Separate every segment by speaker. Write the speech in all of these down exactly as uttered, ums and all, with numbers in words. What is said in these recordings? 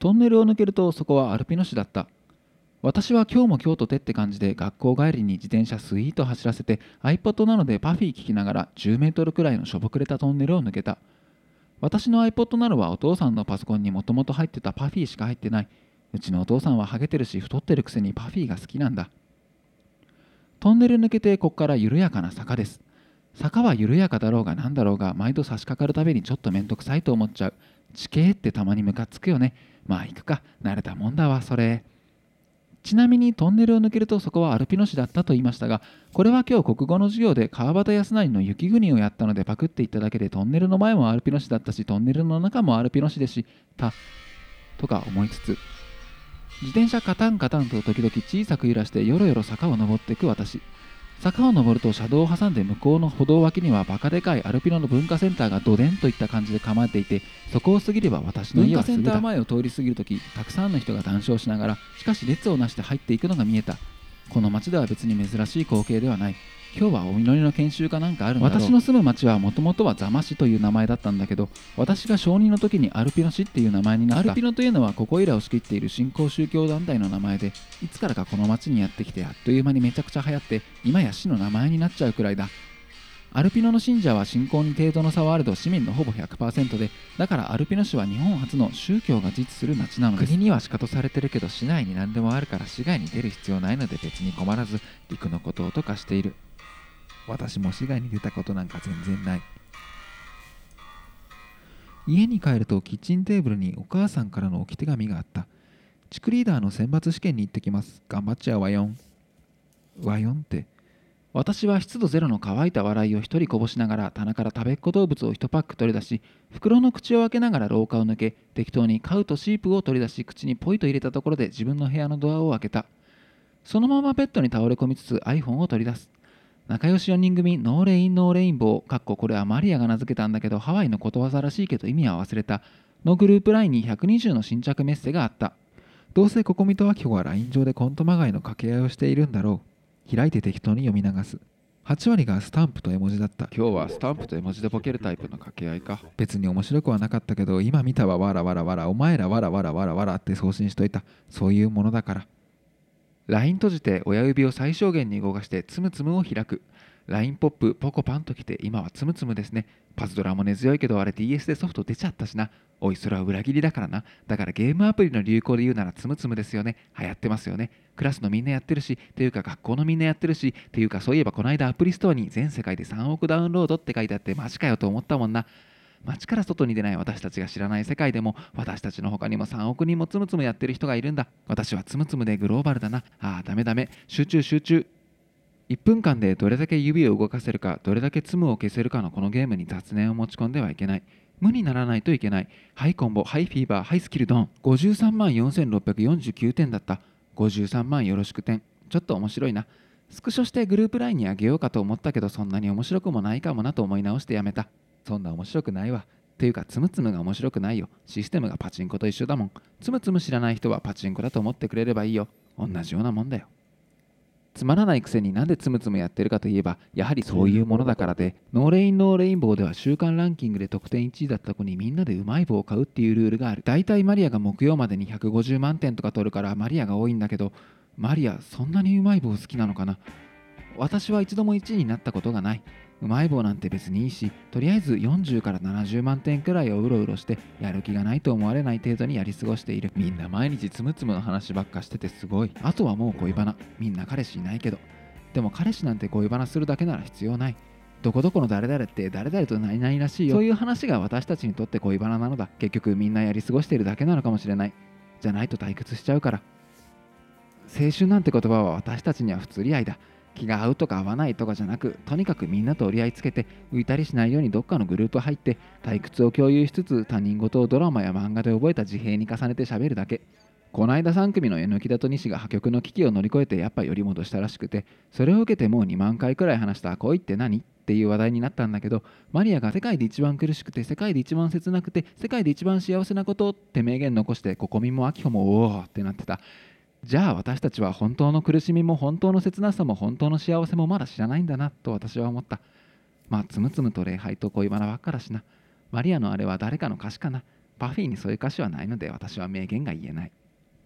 Speaker 1: トンネルを抜けるとそこはアルピノ市だった。私は今日も京都でって感じで学校帰りに自転車スイート走らせて iPod なのでパフィー聞きながらじゅうメートルくらいのしょぼくれたトンネルを抜けた。私の iPod なのはお父さんのパソコンにもともと入ってたパフィーしか入ってない。うちのお父さんはハゲてるし太ってるくせにパフィーが好きなんだ。トンネル抜けてこっから緩やかな坂です。坂は緩やかだろうがなんだろうが毎度差し掛かるたびにちょっとめんどくさいと思っちゃう。地形ってたまにムカつくよね。まあ行くか、慣れたもんだわそれ。ちなみにトンネルを抜けるとそこはアルピノ市だったと言いましたが、これは今日国語の授業で川端康成の雪国をやったのでパクっていっただけで、トンネルの前もアルピノ市だったしトンネルの中もアルピノ市でしたとか思いつつ、自転車カタンカタンと時々小さく揺らしてよろよろ坂を登っていく私。坂を登ると車道を挟んで向こうの歩道脇にはバカでかいアルピノの文化センターがドデンといった感じで構えていて、そこを過ぎれば私の家はすぐだ。文化センター前を通り過ぎるとき、たくさんの人が談笑しながら、しかし列をなして入っていくのが見えた。この町では別に珍しい光景ではない。今日はお祈りの研修かなんかあるんだろう。私の住む町はもともとは座間市という名前だったんだけど、私が小にの時にアルピノ市っていう名前になった。アルピノというのはここいらを仕切っている新興宗教団体の名前で、いつからかこの町にやってきてあっという間にめちゃくちゃ流行って、今や市の名前になっちゃうくらいだ。アルピノの信者は信仰に程度の差はあれど市民のほぼ ひゃくパーセント で、だからアルピノ市は日本初の宗教が実する町なのです。
Speaker 2: 国にはしかとされてるけど市内に何でもあるから市外に出る必要ないので別に困らず陸のことをとかしている。私も市外に出たことなんか全然ない。家に帰るとキッチンテーブルにお母さんからの置き手紙があった。地区リーダーの選抜試験に行ってきます。頑張っちゃうわよん。わよんって。
Speaker 1: 私は湿度ゼロの乾いた笑いを一人こぼしながら棚から食べっ子動物を一パック取り出し、袋の口を開けながら廊下を抜け、適当にカウとシープを取り出し口にポイと入れたところで自分の部屋のドアを開けた。そのままベッドに倒れ込みつつ iPhone を取り出す。仲良しよにん組ノーレインノーレインボーかっここれはマリアが名付けたんだけどハワイのことわざらしいけど意味は忘れたのグループ ライン にひゃくにじゅうの新着メッセがあった。
Speaker 2: どうせココミとアキコが ライン 上でコントまがいの掛け合いをしているんだろう。開いて適当に読み流す。はち割がスタンプと絵文字だった。
Speaker 1: 今日はスタンプと絵文字でボケるタイプの掛け合いか。
Speaker 2: 別に面白くはなかったけど今見たわわらわらわらお前らわらわらわらわらって送信しといた。そういうものだから。
Speaker 1: ライン 閉じて親指を最小限に動かしてつむつむを開く。ライン ポップポコパンときて今はつむつむですね。パズドラも根強いけどあれ ディーエス でソフト出ちゃったしな。おいそれは裏切りだからな。だからゲームアプリの流行で言うならつむつむですよね。流行ってますよね。クラスのみんなやってるし、っていうか学校のみんなやってるし、っていうかそういえばこの間アプリストアに全世界でさんおくダウンロードって書いてあってマジかよと思ったもんな。街から外に出ない私たちが知らない世界でも私たちの他にもさんおく人もつむつむやってる人がいるんだ。私はつむつむでグローバルだな。ああダメダメ。集中集中。いっぷんかんでどれだけ指を動かせるか、どれだけツムを消せるかのこのゲームに雑念を持ち込んではいけない。無にならないといけない。ハイコンボ、ハイフィーバー、ハイスキルドン。ごじゅうさんまんよんせんろっぴゃくよんじゅうきゅうてんだった。ごじゅうさんまんよろしく点。ちょっと面白いな。スクショしてグループ ライン にあげようかと思ったけどそんなに面白くもないかもなと思い直してやめた。
Speaker 2: そんな面白くないわ。
Speaker 1: っていうかつむつむが面白くないよ。システムがパチンコと一緒だもん。つむつむ知らない人はパチンコだと思ってくれればいいよ。同じようなもんだよ。つまらないくせになんでつむつむやってるかといえばやはりそういうものだからで、ノーレインノーレインボーでは週間ランキングで得点いちいだった子にみんなでうまい棒を買うっていうルールがある。だいたいマリアが木曜までにひゃくごじゅうまんてんとか取るからマリアが多いんだけど、マリアそんなにうまい棒好きなのかな。私は一度もいちいになったことがない。うまい棒なんて別にいいし、とりあえずよんじゅうからななじゅうまんてんくらいをうろうろしてやる気がないと思われない程度にやり過ごしている。みんな毎日つむつむの話ばっかしててすごい。あとはもう恋バナ。みんな彼氏いないけど。でも彼氏なんて恋バナするだけなら必要ない。どこどこの誰々って誰々と何々らしいよ。そういう話が私たちにとって恋バナなのだ。結局みんなやり過ごしているだけなのかもしれない。じゃないと退屈しちゃうから。青春なんて言葉は私たちには不釣り合いだ。気が合うとか合わないとかじゃなく、とにかくみんなと折り合いつけて浮いたりしないようにどっかのグループ入って退屈を共有しつつ他人事をドラマや漫画で覚えた自閉に重ねて喋るだけ。こないださん組の榎木田と西が破局の危機を乗り越えてやっぱ寄り戻したらしくて、それを受けてもうにまんかいくらい話した恋って何っていう話題になったんだけど、マリアが世界で一番苦しくて世界で一番切なくて世界で一番幸せなことって名言残して、ココミもアキホもおおってなってた。じゃあ私たちは本当の苦しみも本当の切なさも本当の幸せもまだ知らないんだなと私は思った。まあつむつむと礼拝と恋バナばっかだしな。マリアのあれは誰かの歌詞かな。 パフィーにそういう歌詞はないので私は名言が言えない。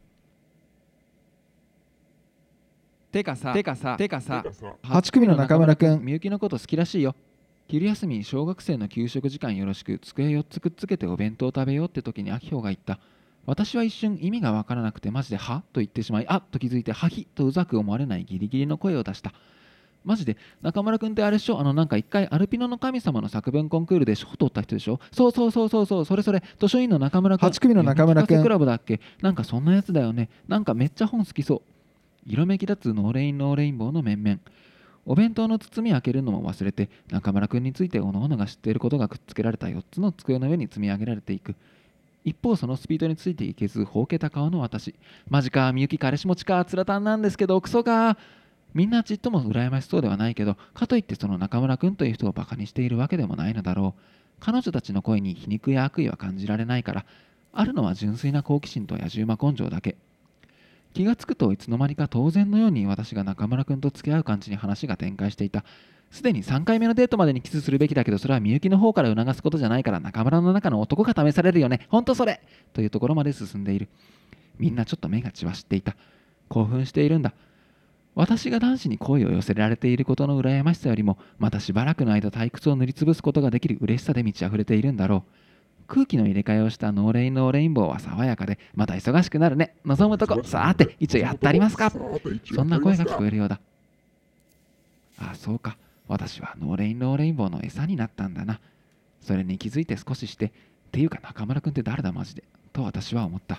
Speaker 1: てかさてかさてかさ
Speaker 2: はち組の中村くん、
Speaker 1: みゆきのこと好きらしいよ。昼休み小学生の給食時間よろしく、机よっつくっつけてお弁当食べようって時にあきほが言った。私は一瞬意味がわからなくてマジではと言ってしまい、あっと気づいてはひとうざく思われないギリギリの声を出した。マジで中村くんってあれっしょ、あのなんか一回アルピノの神様の作文コンクールで賞取った人でしょ。そうそうそうそうそう、それそれ、図書委員の中村くん、
Speaker 2: はち組の中村くん、
Speaker 1: 読み聞かせクラブだっけ、なんかそんなやつだよね。なんかめっちゃ本好きそう。色めき立つノーレインノーレインボーの面々。お弁当の包み開けるのも忘れて、中村くんについておのおのが知っていることがくっつけられたよっつの机の上に積み上げられていく。一方そのスピードについていけずほうけた顔の私。マジか、みゆき彼氏持ちか、つらたんなんですけどクソか。みんなちっとも羨ましそうではないけど、かといってその中村くんという人をバカにしているわけでもないのだろう。彼女たちの声に皮肉や悪意は感じられないから、あるのは純粋な好奇心と野じ馬根性だけ。気がつくといつの間にか当然のように私が中村くんと付き合う感じに話が展開していた。すでにさんかいめのデートまでにキスするべきだけど、それはみゆきの方から促すことじゃないから中村の中の男が試されるよね、ほんとそれというところまで進んでいる。みんなちょっと目が血走っていた。興奮しているんだ。私が男子に好意を寄せられていることの羨ましさよりも、またしばらくの間退屈を塗りつぶすことができる嬉しさで満ち溢れているんだろう。空気の入れ替えをしたノーレインノーレインボーは爽やかで、また忙しくなるね。望むとこ、さーて一応やってありますか。そんな声が聞こえるようだ。ああそうか、私はノーレインノーレインボーの餌になったんだな。それに気づいて少しして、っていうか中村くんって誰だマジでと私は思った。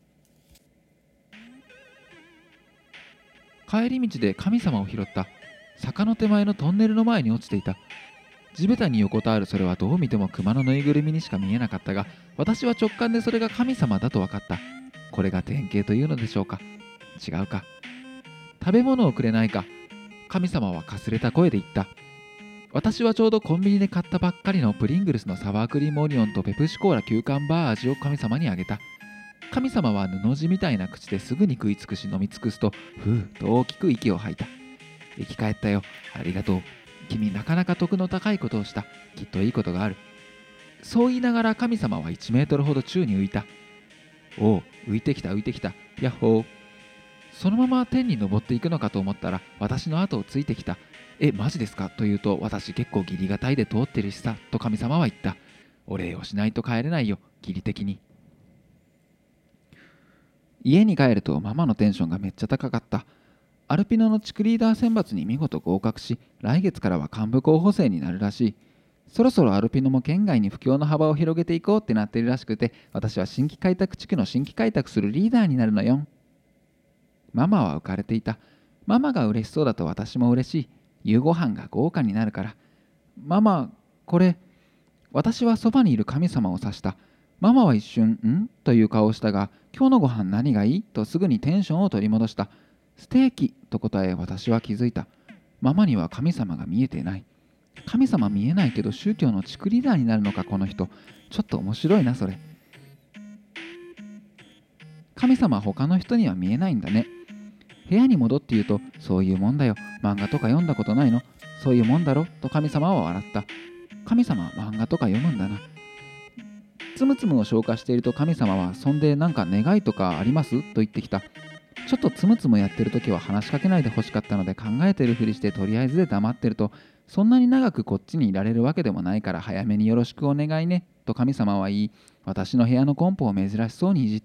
Speaker 1: 帰り道で神様を拾った。坂の手前のトンネルの前に落ちていた。地べたに横たわるそれはどう見ても熊のぬいぐるみにしか見えなかったが、私は直感でそれが神様だと分かった。これが典型というのでしょうか。違うか。食べ物をくれないか。神様はかすれた声で言った。私はちょうどコンビニで買ったばっかりのプリングルスのサワークリームオニオンとペプシコーラキューカンバー味を神様にあげた。神様は布地みたいな口ですぐに食い尽くし飲み尽くすと、ふーっと大きく息を吐いた。生き返ったよ。ありがとう。君なかなか得の高いことをした。きっといいことがある。そう言いながら神様はいちメートルほど宙に浮いた。おう、浮いてきた浮いてきた。やっほー。そのまま天に昇っていくのかと思ったら、私の後をついてきた。え、マジですかと言うと、私結構義理がたいで通ってるしさ、と神様は言った。お礼をしないと帰れないよ、義理的に。家に帰るとママのテンションがめっちゃ高かった。アルピノの地区リーダー選抜に見事合格し、来月からは幹部候補生になるらしい。そろそろアルピノも県外に布教の幅を広げていこうってなっているらしくて、私は新規開拓地区の新規開拓するリーダーになるのよ。ママは浮かれていた。ママが嬉しそうだと私も嬉しい。夕ご飯が豪華になるから。ママ、これ。私はそばにいる神様を指した。ママは一瞬、んという顔をしたが、今日のご飯何がいいとすぐにテンションを取り戻した。ステーキと答え、私は気づいた。ママには神様が見えていない。神様見えないけど宗教の地区リーダーになるのかこの人。ちょっと面白いなそれ。神様は他の人には見えないんだね。部屋に戻って言うと、そういうもんだよ。漫画とか読んだことないの？そういうもんだろと神様は笑った。神様は漫画とか読むんだな。つむつむを消化していると神様は、そんでなんか願いとかありますと言ってきた。ちょっとつむつむやってるときは話しかけないでほしかったので考えてるふりしてとりあえずで黙ってると、そんなに長くこっちにいられるわけでもないから早めによろしくお願いねと神様は言い、私の部屋のコンポを珍しそうにいじった。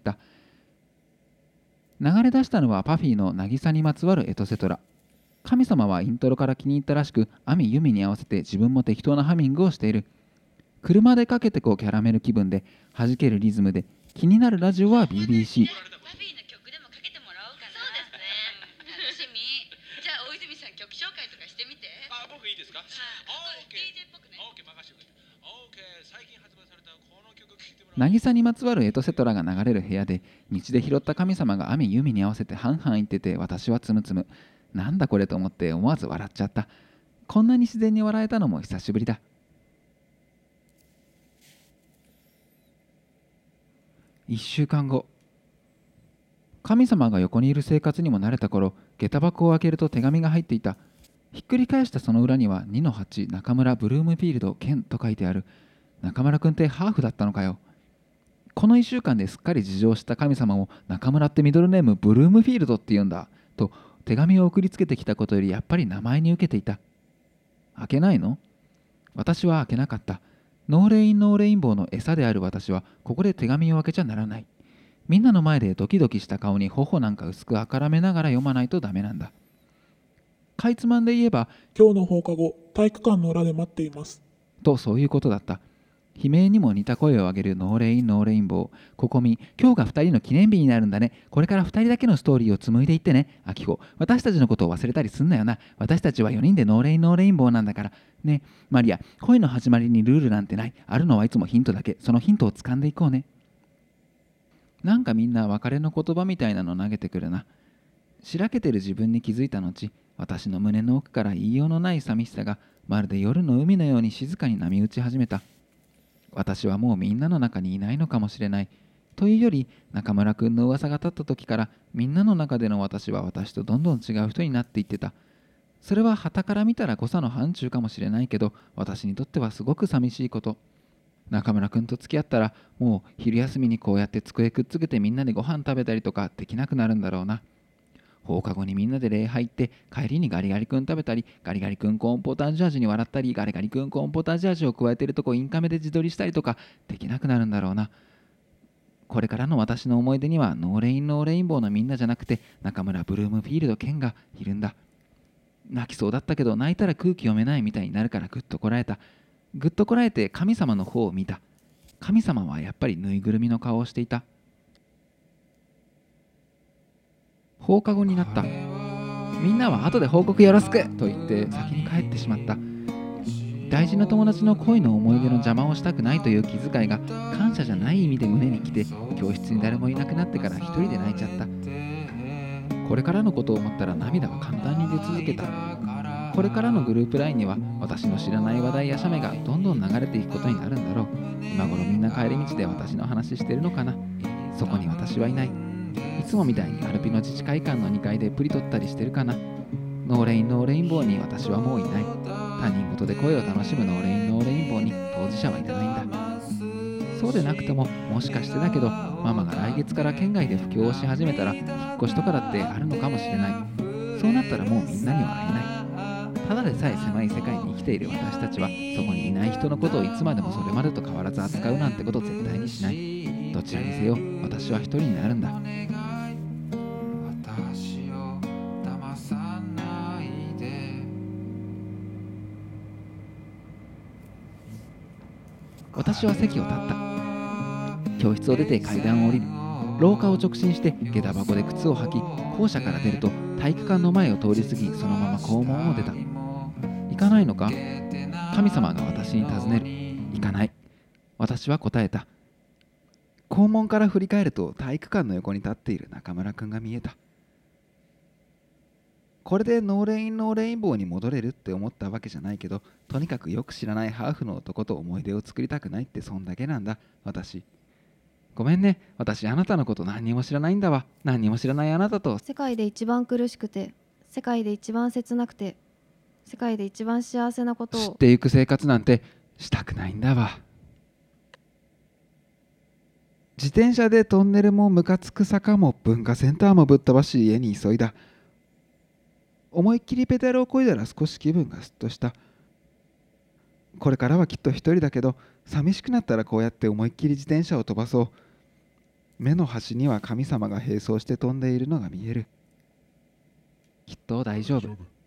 Speaker 1: 流れ出したのはパフィーの渚にまつわるエトセトラ。神様はイントロから気に入ったらしく、亜美由美に合わせて自分も適当なハミングをしている。車でかけてこうキャラメル気分で弾けるリズムで、気になるラジオは ビービーシー。
Speaker 3: パフィーの曲でもかけてもらおうかな。そうですね。楽しみ。じゃあ大泉さん曲紹介とかしてみて。
Speaker 4: あ、僕いいですか？
Speaker 3: はい。ディージェー っぽくね。
Speaker 4: オーケー、任せてくれ。オーケー、最近発売されたこの曲聴いてもらおう。
Speaker 1: 渚にまつわるエトセトラが流れる部屋で、道で拾った神様が亜美由美に合わせてハンハン言ってて、私はつむつむ。なんだこれと思って思わず笑っちゃった。こんなに自然に笑えたのも久しぶりだ。いっしゅうかんご、神様が横にいる生活にも慣れた頃、下駄箱を開けると手紙が入っていた。ひっくり返したその裏にはにのはち中村ブルームフィールド健と書いてある。中村くんってハーフだったのかよ。 このいっしゅうかんですっかり事情を知った神様を中村ってミドルネームブルームフィールドって言うんだと手紙を送りつけてきたことよりやっぱり名前に受けていた。開けないの？私は開けなかった。ノーレインノーレインボーの餌である私はここで手紙を開けちゃならない。みんなの前でドキドキした顔に頬なんか薄くあからめながら読まないとダメなんだ。かいつまんで言えば
Speaker 5: 今日の放課後、体育館の裏で待っています。
Speaker 1: とそういうことだった。悲鳴にも似た声を上げるノーレインノーレインボー。ここみ、今日がふたりの記念日になるんだね。これからふたりだけのストーリーを紡いでいってね。あきこ、私たちのことを忘れたりすんなよな。私たちはよにんでノーレインノーレインボーなんだから。ね、マリア、恋の始まりにルールなんてない。あるのはいつもヒントだけ。そのヒントを掴んでいこうね。なんかみんな別れの言葉みたいなの投げてくるな。しらけてる自分に気づいた後、私の胸の奥から言いようのない寂しさがまるで夜の海のように静かに波打ち始めた。私はもうみんなの中にいないのかもしれない。というより中村くんの噂が立った時からみんなの中での私は私とどんどん違う人になっていってた。それは傍から見たら誤差の範疇かもしれないけど私にとってはすごく寂しいこと。中村くんと付き合ったらもう昼休みにこうやって机くっつけてみんなでご飯食べたりとかできなくなるんだろうな。放課後にみんなで礼拝行って帰りにガリガリ君食べたりガリガリ君コーンポタージュ味に笑ったりガリガリ君コーンポタージュ味を加えてるとこインカメで自撮りしたりとかできなくなるんだろうな。これからの私の思い出にはノーレインノーレインボーのみんなじゃなくて中村ブルームフィールドケンがいるんだ。泣きそうだったけど泣いたら空気読めないみたいになるからぐっとこらえた。ぐっとこらえて神様の方を見た。神様はやっぱりぬいぐるみの顔をしていた。放課後になった。みんなは後で報告よろしくと言って先に帰ってしまった。大事な友達の恋の思い出の邪魔をしたくないという気遣いが感謝じゃない意味で胸に来て教室に誰もいなくなってから一人で泣いちゃった。これからのことを思ったら涙は簡単に出続けた。これからのグループラインには私の知らない話題や写メがどんどん流れていくことになるんだろう。今頃みんな帰り道で私の話してるのかな。そこに私はいない。いつもみたいにアルピの自治会館のにかいでプリ取ったりしてるかな。ノーレインノーレインボーに私はもういない。他人事で声を楽しむノーレインノーレインボーに当事者はいらないんだ。そうでなくてももしかしてだけどママが来月から県外で布教をし始めたら引っ越しとかだってあるのかもしれない。そうなったらもうみんなには会えない。ただでさえ狭い世界に生きている私たちはそこにいない人のことをいつまでもそれまでと変わらず扱うなんてこと絶対にしない。どちらにせよ私は一人になるんだ。私は席を立った。教室を出て階段を降りる。廊下を直進して下駄箱で靴を履き校舎から出ると体育館の前を通り過ぎそのまま校門を出た。行かないのか？神様が私に尋ねる。行かない。私は答えた。校門から振り返ると体育館の横に立っている中村くんが見えた。これでノーレインノーレインボーに戻れるって思ったわけじゃないけどとにかくよく知らないハーフの男と思い出を作りたくないってそんだけなんだ私。ごめんね、私あなたのこと何にも知らないんだわ。何にも知らないあなたと
Speaker 6: 世界で一番苦しくて世界で一番切なくて世界で一番幸せなことを
Speaker 1: 知っていく生活なんてしたくないんだわ。自転車でトンネルもムカつく坂も文化センターもぶっ飛ばし家に急いだ。思いっきりペダルを漕いだら少し気分がすっとした。これからはきっと一人だけど寂しくなったらこうやって思いっきり自転車を飛ばそう。目の端には神様が並走して飛んでいるのが見える。きっと大丈夫。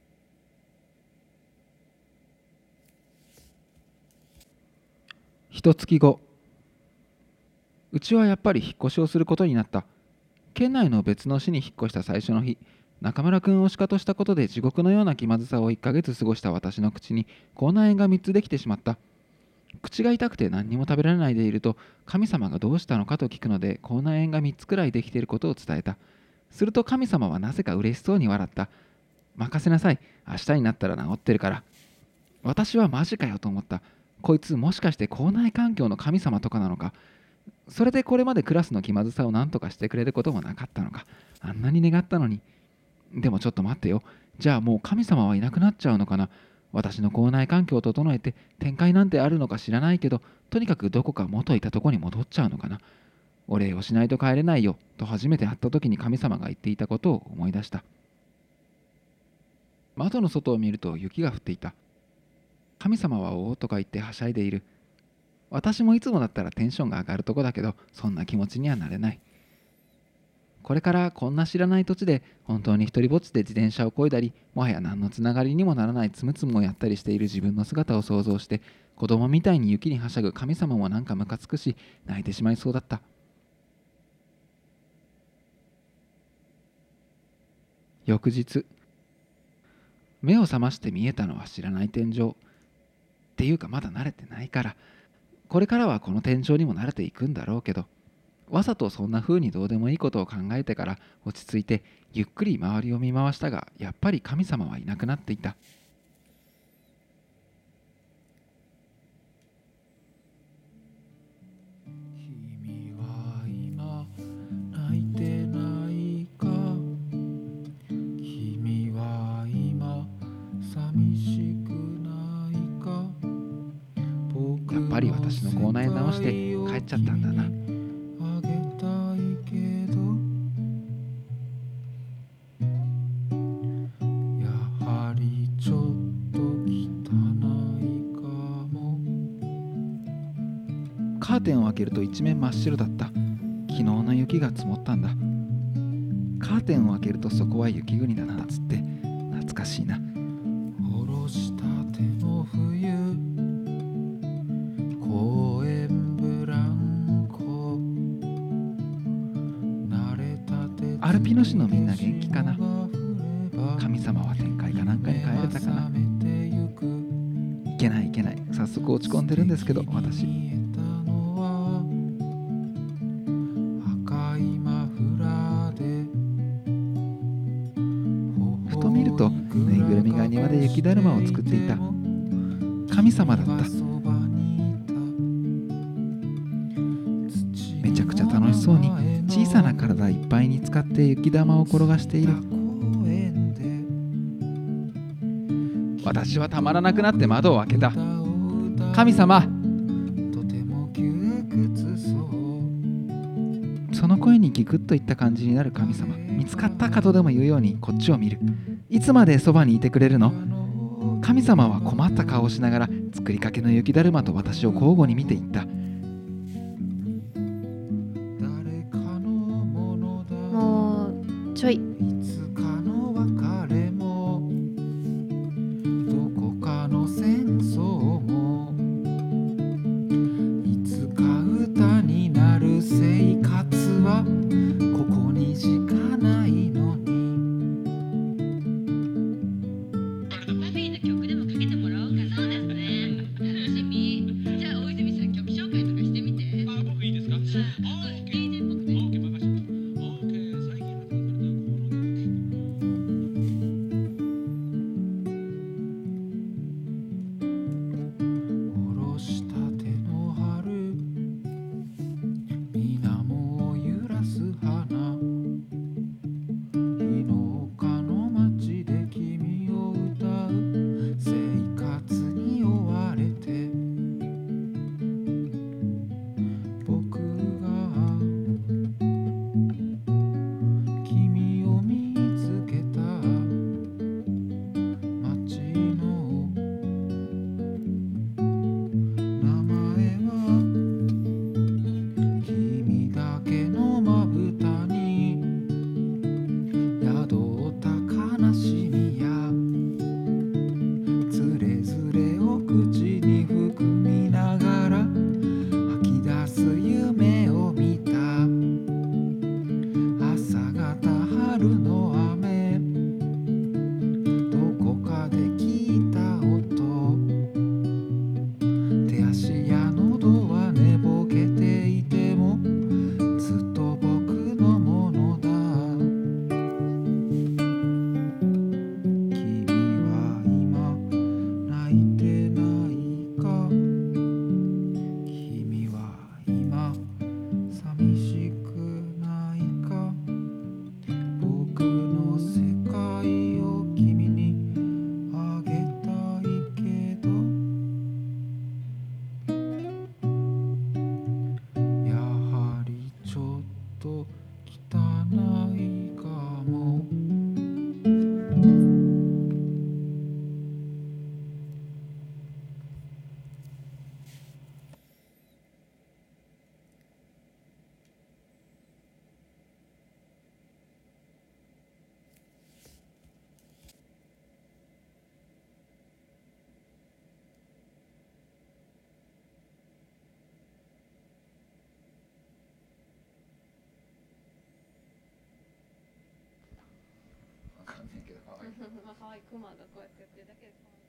Speaker 1: 一月後、うちはやっぱり引っ越しをすることになった。県内の別の市に引っ越した最初の日、中村くんをシカとしたことで地獄のような気まずさをいっかげつ過ごした私の口に口内炎がみっつできてしまった。口が痛くて何にも食べられないでいると神様がどうしたのかと聞くので口内炎がみっつくらいできていることを伝えた。すると神様はなぜか嬉しそうに笑った。任せなさい、明日になったら治ってるから。私はマジかよと思った。こいつもしかして校内環境の神様とかなのか。それでこれまでクラスの気まずさを何とかしてくれることもなかったのか。あんなに願ったのに。でもちょっと待ってよ。じゃあもう神様はいなくなっちゃうのかな。私の校内環境を整えて展開なんてあるのか知らないけどとにかくどこか元いたとこに戻っちゃうのかな。 お礼をしないと帰れないよと初めて会った時に神様が言っていたことを思い出した。窓の外を見ると雪が降っていた。神様はおおとか言ってはしゃいでいる。私もいつもだったらテンションが上がるとこだけど、そんな気持ちにはなれない。これからこんな知らない土地で本当に一人ぼっちで自転車を漕いだり、もはや何のつながりにもならないつむつむをやったりしている自分の姿を想像して、子供みたいに雪にはしゃぐ神様もなんかムカつくし、泣いてしまいそうだった。翌日、目を覚まして見えたのは知らない天井。っていうかまだ慣れてないから、これからはこの天井にも慣れていくんだろうけど、わざとそんな風にどうでもいいことを考えてから落ち着いてゆっくり周りを見回したが、やっぱり神様はいなくなっていた。
Speaker 2: 君は今泣いてないか、君は今寂しくないか、
Speaker 1: やっぱり私の口内直して帰っちゃったんだな。
Speaker 2: あげたいけど、やはりちょっと汚いかも。
Speaker 1: カーテンを開けると一面真っ白だった。昨日の雪が積もったんだ。カーテンを開けるとそこは雪国だなっつって懐かしいな。
Speaker 2: おろしたての冬、公園ブランコ、慣れたて
Speaker 1: アルピノ市のみんな元気かな。神様は天界かなんかに帰れたかな。いけないいけない、早速落ち込んでるんですけど私。ふと見るとぬいぐるみが庭で雪だるまを作っていた。神様だった。めちゃくちゃ楽しそうに小さな体いっぱいに使って雪玉を転がしている。私はたまらなくなって窓を開けた。神様。その声にギクッといった感じになる神様。見つかったかとでも言うようにこっちを見る。いつまでそばにいてくれるの？神様は困った顔をしながら作りかけの雪だるまと私を交互に見ていった。
Speaker 6: もうちょい。
Speaker 2: 生活はここにしかないのに。
Speaker 3: バフィーの曲でもかけてもらおうかな。そうですね。楽しみ。じゃあ大泉さん曲紹介とかしてみて。
Speaker 4: あ、僕いいですか？あ、オッケー。
Speaker 3: ディージェー っぽくて。
Speaker 4: オッケー、任せて。オッケー、最近発売されたこの曲。
Speaker 2: おろしたての春、水面を揺らす花、日の丘の街で君を歌う。生活に追われて僕が君を見つけた。街の名前は君だけのまぶたに汚いかも。
Speaker 1: わかんないけど可愛い。
Speaker 6: まあ可愛いクマがこうやってやってるだけで可愛い。